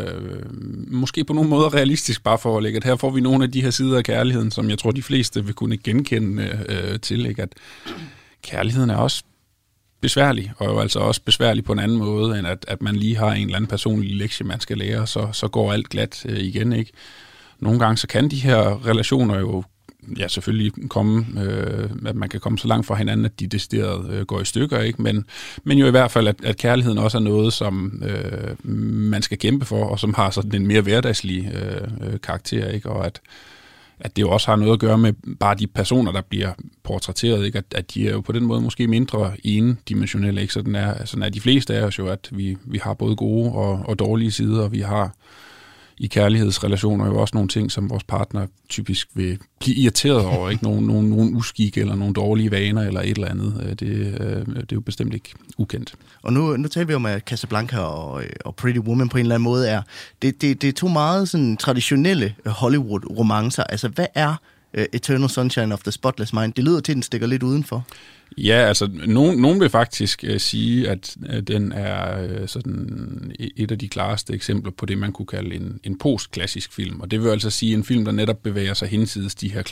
måske på nogle måder realistisk parforhold, ikke? At her får vi nogle af de her sider af kærligheden, som jeg tror, de fleste vil kunne genkende til, ikke? At kærligheden er også besværlig, og jo altså også besværlig på en anden måde, end at man lige har en eller anden personlig lektie, man skal lære, så går alt glat igen, ikke? Nogle gange så kan de her relationer jo selvfølgelig komme, at man kan komme så langt fra hinanden, at de decideret går i stykker, ikke? Men jo i hvert fald, at kærligheden også er noget, som man skal kæmpe for, og som har sådan en mere hverdagslig karakter, ikke? Og at det jo også har noget at gøre med bare de personer, der bliver portrætteret, ikke? At de er jo på den måde måske mindre endimensionelle, ikke? Sådan er de fleste af os jo, at vi har både gode og dårlige sider, og vi har i kærlighedsrelationer jo også nogle ting, som vores partner typisk vil blive irriteret over, ikke? Nogle uskik eller nogle dårlige vaner eller et eller andet. Det er jo bestemt ikke ukendt. Og nu taler vi om, at Casablanca og Pretty Woman på en eller anden måde er det er to meget sådan traditionelle Hollywood-romancer. Altså, hvad er Eternal Sunshine of the Spotless Mind? Det lyder til, at den stikker lidt udenfor. Ja, altså, nogen vil faktisk sige, at den er sådan et af de klareste eksempler på det, man kunne kalde en postklassisk film. Og det vil altså sige en film, der netop bevæger sig hinsides de her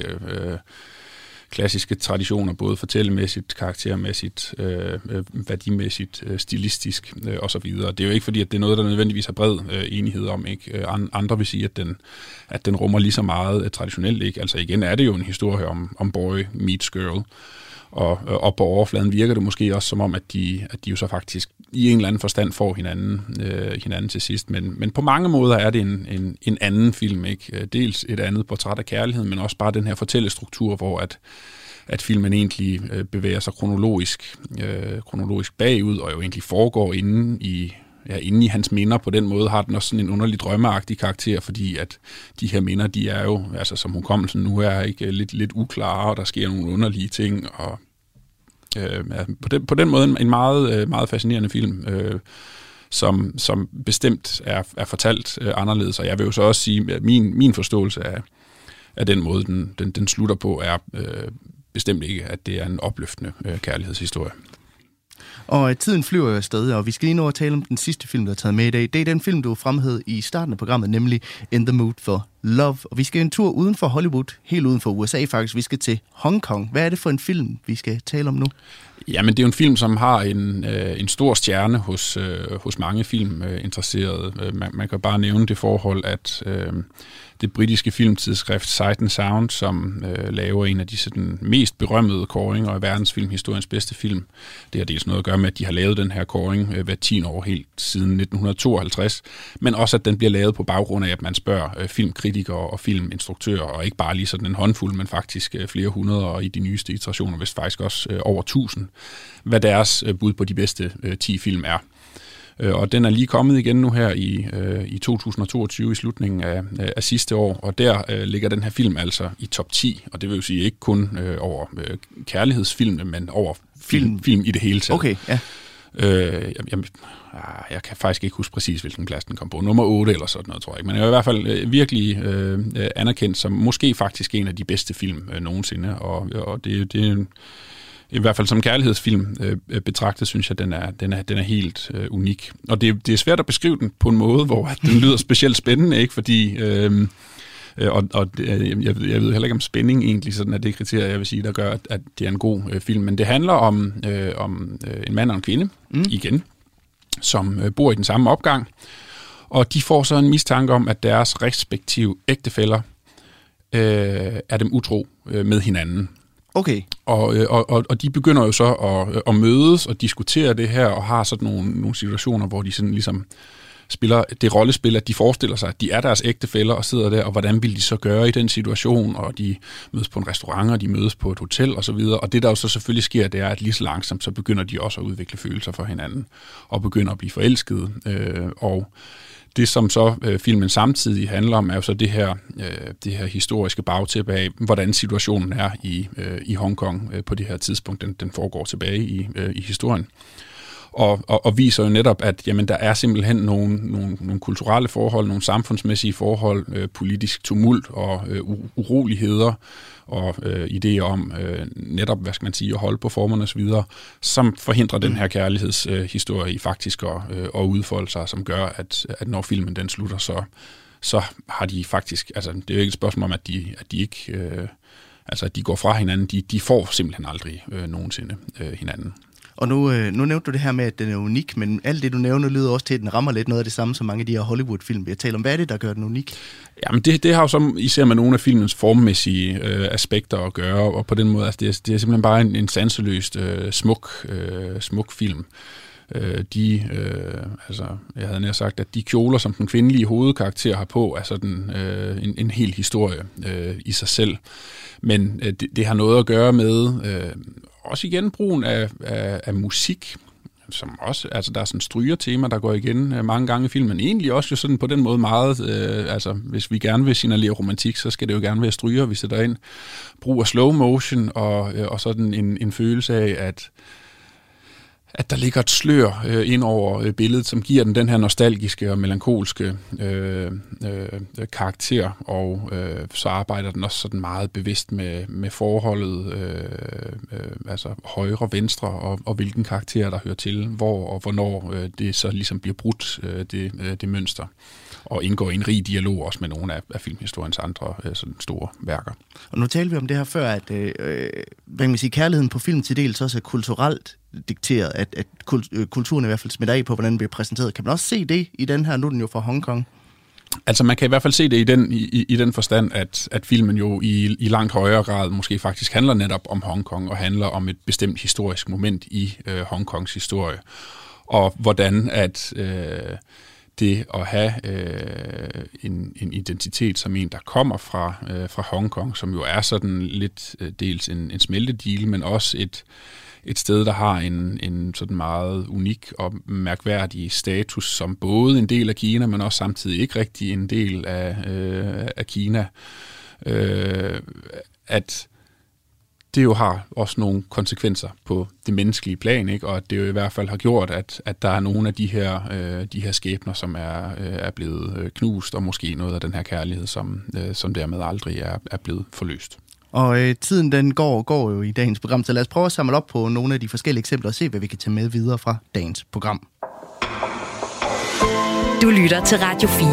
klassiske traditioner, både fortællemæssigt, karaktermæssigt, værdimæssigt, stilistisk osv. Det er jo ikke fordi, at det er noget, der nødvendigvis har bred enighed om, ikke? Andre vil sige, at den rummer lige så meget traditionelt, ikke? Altså igen er det jo en historie om boy meets girl. Og på overfladen virker det måske også som om, at de jo så faktisk i en eller anden forstand får hinanden til sidst. Men på mange måder er det en anden film, ikke? Dels et andet portræt af kærlighed, men også bare den her fortællestruktur, hvor at filmen egentlig bevæger sig kronologisk bagud, og jo egentlig foregår inde i hans minder. På den måde har den også sådan en underlig drømmeagtig karakter, fordi at de her minder, de er jo, altså som hukommelsen nu er, ikke lidt uklare, og der sker nogle underlige ting, og på den måde en meget, meget fascinerende film, som bestemt er fortalt anderledes, og jeg vil jo så også sige, at min forståelse af den måde, den slutter på, er bestemt ikke, at det er en opløftende kærlighedshistorie. Og tiden flyver jo afsted, og vi skal lige nå at tale om den sidste film, der er taget med i dag. Det er den film, du fremhævede i starten af programmet, nemlig In the Mood for Love. Og vi skal en tur uden for Hollywood, helt uden for USA faktisk. Vi skal til Hongkong. Hvad er det for en film, vi skal tale om nu? Jamen, det er jo en film, som har en stor stjerne hos mange filminteresserede. Man kan bare nævne det forhold, at det britiske filmtidsskrift Sight and Sound, som laver en af de sådan, mest berømmede kåringer af verdensfilmhistoriens bedste film. Det har dels noget at gøre med, at de har lavet den her kåring hver 10 år helt siden 1952, men også, at den bliver lavet på baggrund af, at man spørger filmkritikere og filminstruktører, og ikke bare lige sådan en håndfuld, men faktisk flere hundrede, og i de nyeste iterationer, vist faktisk også over 1000, hvad deres bud på de bedste 10 film er. Og den er lige kommet igen nu her i 2022 i slutningen af sidste år, og der ligger den her film altså i top 10, og det vil jo sige ikke kun over kærlighedsfilmene, men over film i det hele taget. Okay, ja. Jeg kan faktisk ikke huske præcis, hvilken plads den kom på. Nummer 8 eller sådan noget, tror jeg ikke. Men jeg er i hvert fald virkelig anerkendt som måske faktisk en af de bedste film nogensinde, og det er i hvert fald som kærlighedsfilm betragtet, synes jeg, den er helt unik. Og det er svært at beskrive den på en måde, hvor den lyder specielt spændende, ikke? Fordi jeg ved heller ikke om spænding egentlig sådan er det kriterie, jeg vil sige, der gør, at det er en god film. Men det handler om en mand og en kvinde, igen, som bor i den samme opgang. Og de får så en mistanke om, at deres respektive ægtefæller er dem utro med hinanden. Okay. Og de begynder jo så at mødes og diskutere det her, og har sådan nogle situationer, hvor de sådan ligesom spiller det rollespil, at de forestiller sig, at de er deres ægtefæller og sidder der, og hvordan vil de så gøre i den situation, og de mødes på en restaurant, og de mødes på et hotel og så videre. Og det der jo så selvfølgelig sker, det er, at lige så langsomt, så begynder de også at udvikle følelser for hinanden, og begynder at blive forelskede. Og det, som så filmen samtidig handler om, er jo så det her historiske bagtæppe af, hvordan situationen er i Hongkong på det her tidspunkt. Den foregår tilbage i historien. Og viser jo netop, at jamen, der er simpelthen nogle kulturelle forhold, nogle samfundsmæssige forhold, politisk tumult og uroligheder og idéer om netop, hvad skal man sige, at holde på formerne osv., som forhindrer den her kærlighedshistorie i faktisk at udfolde sig, som gør, at når filmen den slutter, så har de faktisk, altså det er jo ikke et spørgsmål om, at de ikke, altså at de går fra hinanden, de får simpelthen aldrig nogensinde hinanden. Og nu nævnte du det her med, at den er unik, men alt det, du nævner, lyder også til, at den rammer lidt noget af det samme som mange af de her Hollywood-film. Jeg taler om, hvad er det, der gør den unik? Jamen, det har jo så især med nogle af filmens formmæssige aspekter at gøre, og på den måde, altså det er simpelthen bare en sanseløst smuk film. Altså, jeg havde nær sagt, at de kjoler, som den kvindelige hovedkarakter har på, er sådan en hel historie i sig selv. Men det har noget at gøre med også igen brugen af musik, som også, altså der er sådan strygertema, der går igen mange gange i filmen. Egentlig også jo sådan på den måde meget, altså hvis vi gerne vil signalere romantik, så skal det jo gerne være stryger, vi sætter ind. Brug af slow motion og sådan en følelse af, at der ligger et slør ind over billedet, som giver den her nostalgiske og melankolske karakter, og så arbejder den også sådan meget bevidst med forholdet, altså højre og venstre, og hvilken karakter der hører til, hvor og hvornår det så ligesom bliver brudt, det mønster, og indgår i en rig dialog også med nogle af filmhistoriens andre sådan store værker. Og nu talte vi om det her før, at hvad kan man sige, kærligheden på film til dels også er kulturelt dikteret, at kulturen i hvert fald smitter af på, hvordan den bliver præsenteret. Kan man også se det i den her, nu er den jo fra Hongkong? Altså man kan i hvert fald se det i den forstand, at filmen jo i langt højere grad måske faktisk handler netop om Hongkong, og handler om et bestemt historisk moment i Hongkongs historie. Og hvordan at det at have en identitet som en, der kommer fra Hongkong, som jo er sådan lidt dels en smeltedigel, men også et sted, der har en sådan meget unik og mærkværdig status som både en del af Kina, men også samtidig ikke rigtig en del af Kina. At det jo har også nogle konsekvenser på det menneskelige plan, ikke? Og at det jo i hvert fald har gjort, at der er nogle af de her skæbner, som er blevet knust, og måske noget af den her kærlighed, som dermed aldrig er blevet forløst. Og tiden den går jo i dagens program, så lad os prøve at samle op på nogle af de forskellige eksempler og se, hvad vi kan tage med videre fra dagens program. Du lytter til Radio 4.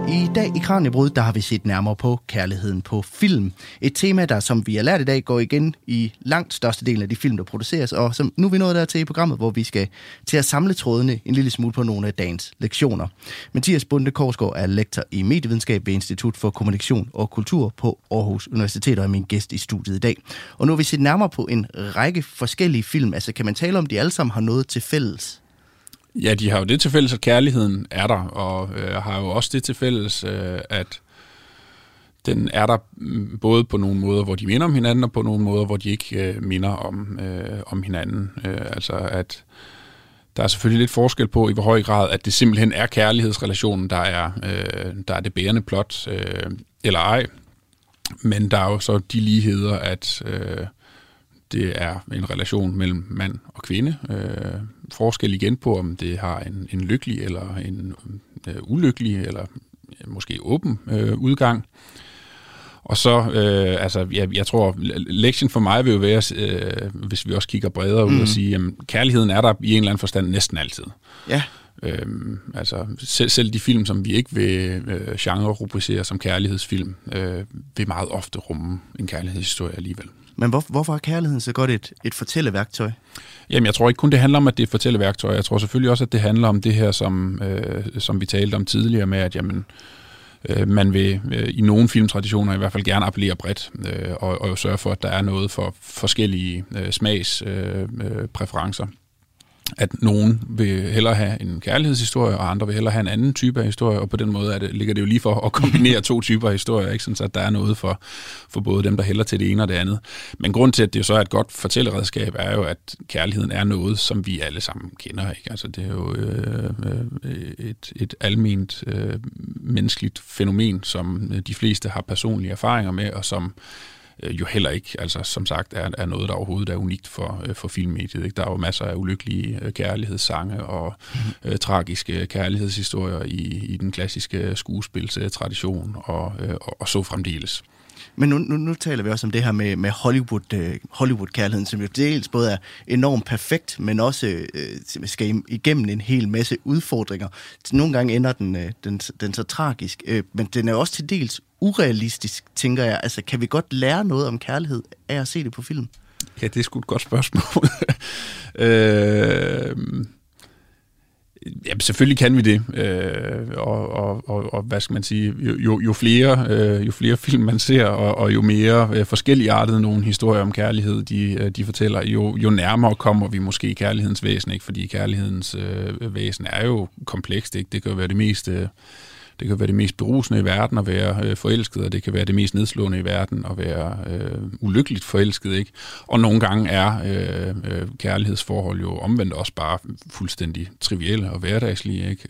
I dag i Kraniebrud, der har vi set nærmere på kærligheden på film. Et tema, der, som vi har lært i dag, går igen i langt størstedelen af de film, der produceres, og som nu er vi nået der til i programmet, hvor vi skal til at samle trådene en lille smule på nogle af dagens lektioner. Mathias Bonde Korsgaard er lektor i medievidenskab ved Institut for Kommunikation og Kultur på Aarhus Universitet og er min gæst i studiet i dag. Og nu har vi set nærmere på en række forskellige film. Altså, kan man tale om, de alle sammen har noget til fælles? Ja, de har jo det til fælles, at kærligheden er der, og har jo også det til fælles, at den er der både på nogle måder, hvor de minder om hinanden, og på nogle måder, hvor de ikke minder om hinanden. Altså, at der er selvfølgelig lidt forskel på, i hvor høj grad, at det simpelthen er kærlighedsrelationen, der er det bærende plot, eller ej. Men der er jo så de ligheder, at det er en relation mellem mand og kvinde. Forskel igen på, om det har en lykkelig eller en ulykkelig, eller måske åben udgang. Og så, jeg tror, lektionen for mig vil jo være, hvis vi også kigger bredere ud og sige, at kærligheden er der i en eller anden forstand næsten altid. Ja. Selv de film, som vi ikke vil genre-rubricere som kærlighedsfilm, vil meget ofte rumme en kærlighedshistorie alligevel. Men hvorfor er kærligheden så godt et fortælleværktøj? Jamen, jeg tror ikke kun, det handler om, at det er et fortælleværktøj. Jeg tror selvfølgelig også, at det handler om det her, som vi talte om tidligere med, at man vil i nogle filmtraditioner i hvert fald gerne appellere bredt, og jo sørge for, at der er noget for forskellige smagspræferencer. At nogen vil hellere have en kærlighedshistorie, og andre vil hellere have en anden type af historie, og på den måde ligger det jo lige for at kombinere to typer af historier, ikke? Sådan, så at der er noget for både dem, der hælder til det ene og det andet. Men grund til, at det jo så er et godt fortælleredskab, er jo, at kærligheden er noget, som vi alle sammen kender. Ikke? Altså, det er jo et alment menneskeligt fænomen, som de fleste har personlige erfaringer med, og som jo heller ikke, altså som sagt, er noget, der overhovedet er unikt for filmmediet. Ikke? Der er jo masser af ulykkelige kærlighedssange og tragiske kærlighedshistorier i den klassiske skuespilstradition og så fremdeles. Men nu taler vi også om det her med Hollywood-kærligheden, som jo dels både er enormt perfekt, men også skal igennem en hel masse udfordringer. Nogle gange ender den så tragisk, men den er også til dels urealistisk, tænker jeg. Altså, kan vi godt lære noget om kærlighed af at se det på film? Ja, det er sgu et godt spørgsmål. Ja, selvfølgelig kan vi det, og hvad skal man sige, jo flere film man ser, og jo mere forskelligartede nogle historier om kærlighed, de fortæller, jo nærmere kommer vi måske kærlighedens væsen, ikke? Fordi kærlighedens væsen er jo komplekst, ikke? Det kan jo være det mest berusende i verden at være forelsket, og det kan være det mest nedslående i verden at være ulykkeligt forelsket, ikke? Og nogle gange er kærlighedsforhold jo omvendt også bare fuldstændig trivielle og hverdagslige, ikke?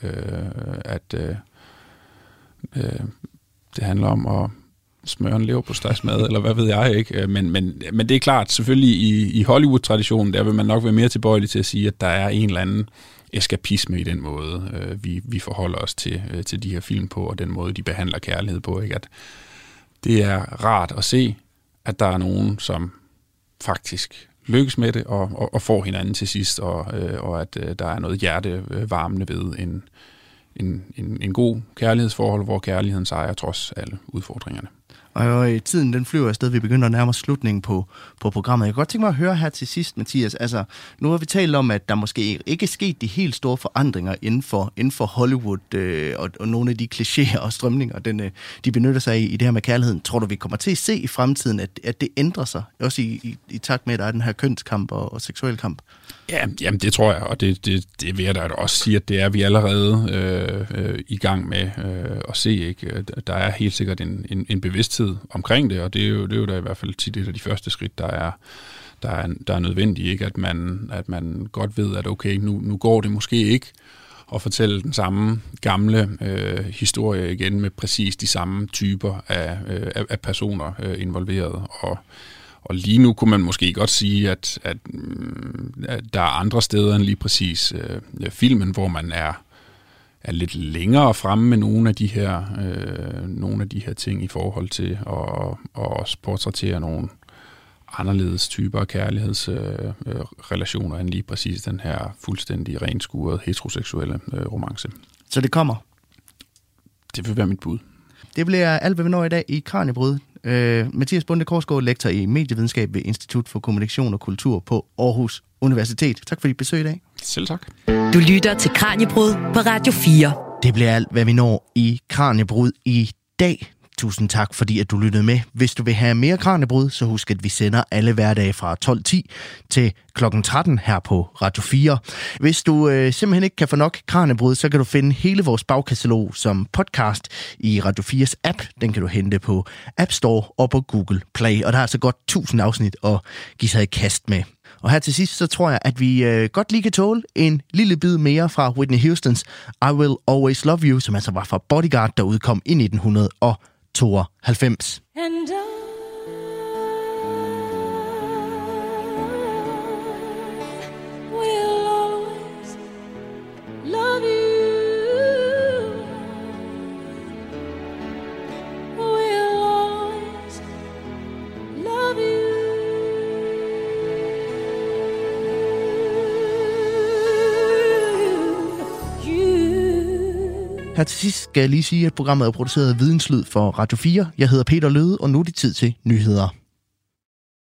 Det handler om at smøre en leverpostejsmad, eller hvad ved jeg, ikke? Men det er klart, selvfølgelig i Hollywood-traditionen, der vil man nok være mere tilbøjelig til at sige, at der er en eller anden eskapisme i den måde, vi forholder os til de her film på, og den måde, de behandler kærlighed på. Ikke? At det er rart at se, at der er nogen, som faktisk lykkes med det, og får hinanden til sidst, og at der er noget hjertevarmende ved en god kærlighedsforhold, hvor kærligheden sejrer trods alle udfordringerne. Og tiden den flyver afsted, vi begynder at nærme os slutningen på programmet. Jeg kan godt tænke mig at høre her til sidst, Mathias. Altså, nu har vi talt om, at der måske ikke er sket de helt store forandringer inden for Hollywood, og nogle af de klichéer og strømninger, de benytter sig i det her med kærligheden. Tror du, vi kommer til at se i fremtiden, at det ændrer sig? Også i takt med, at der er den her kønskamp og seksuel kamp? Ja, jamen det tror jeg, og det vil jeg da også sige, at det er vi allerede i gang med at se. Ikke? Der er helt sikkert en bevidsthed omkring det, og det er jo da i hvert fald tit et af de første skridt, der er nødvendigt, ikke? At man godt ved, at okay, nu går det måske ikke at fortælle den samme gamle historie igen med præcis de samme typer af personer involveret, og lige nu kunne man måske godt sige, at der er andre steder end lige præcis filmen, hvor man er lidt længere fremme med nogle af de her ting i forhold til at også portrættere nogle anderledes typer af kærlighedsrelationer end lige præcis den her fuldstændig renskurede heteroseksuelle romance. Så det kommer? Det vil være mit bud. Det bliver alt, hvad vi når i dag i Kraniebrud. Mathias Bonde Korsgaard, lektor i medievidenskab ved Institut for Kommunikation og Kultur på Aarhus Universitet. Tak for dit besøg i dag. Selv tak. Du lytter til Kraniebrud på Radio 4. Det bliver alt, hvad vi når i Kraniebrud i dag. Tusind tak, fordi at du lyttede med. Hvis du vil have mere Kraniebrud, så husk, at vi sender alle hverdage fra 12.10 til kl. 13 her på Radio 4. Hvis du simpelthen ikke kan få nok Kraniebrud, så kan du finde hele vores bagkatalog som podcast i Radio 4's app. Den kan du hente på App Store og på Google Play. Og der er altså godt 1000 afsnit at give sig i kast med. Og her til sidst, så tror jeg, at vi godt lige kan tåle en lille bid mere fra Whitney Houstons I Will Always Love You, som altså var fra Bodyguard, der udkom i 1992. And her til sidst skal jeg lige sige, at programmet er produceret af Videnslyd for Radio 4. Jeg hedder Peter Løde, og nu er det tid til nyheder.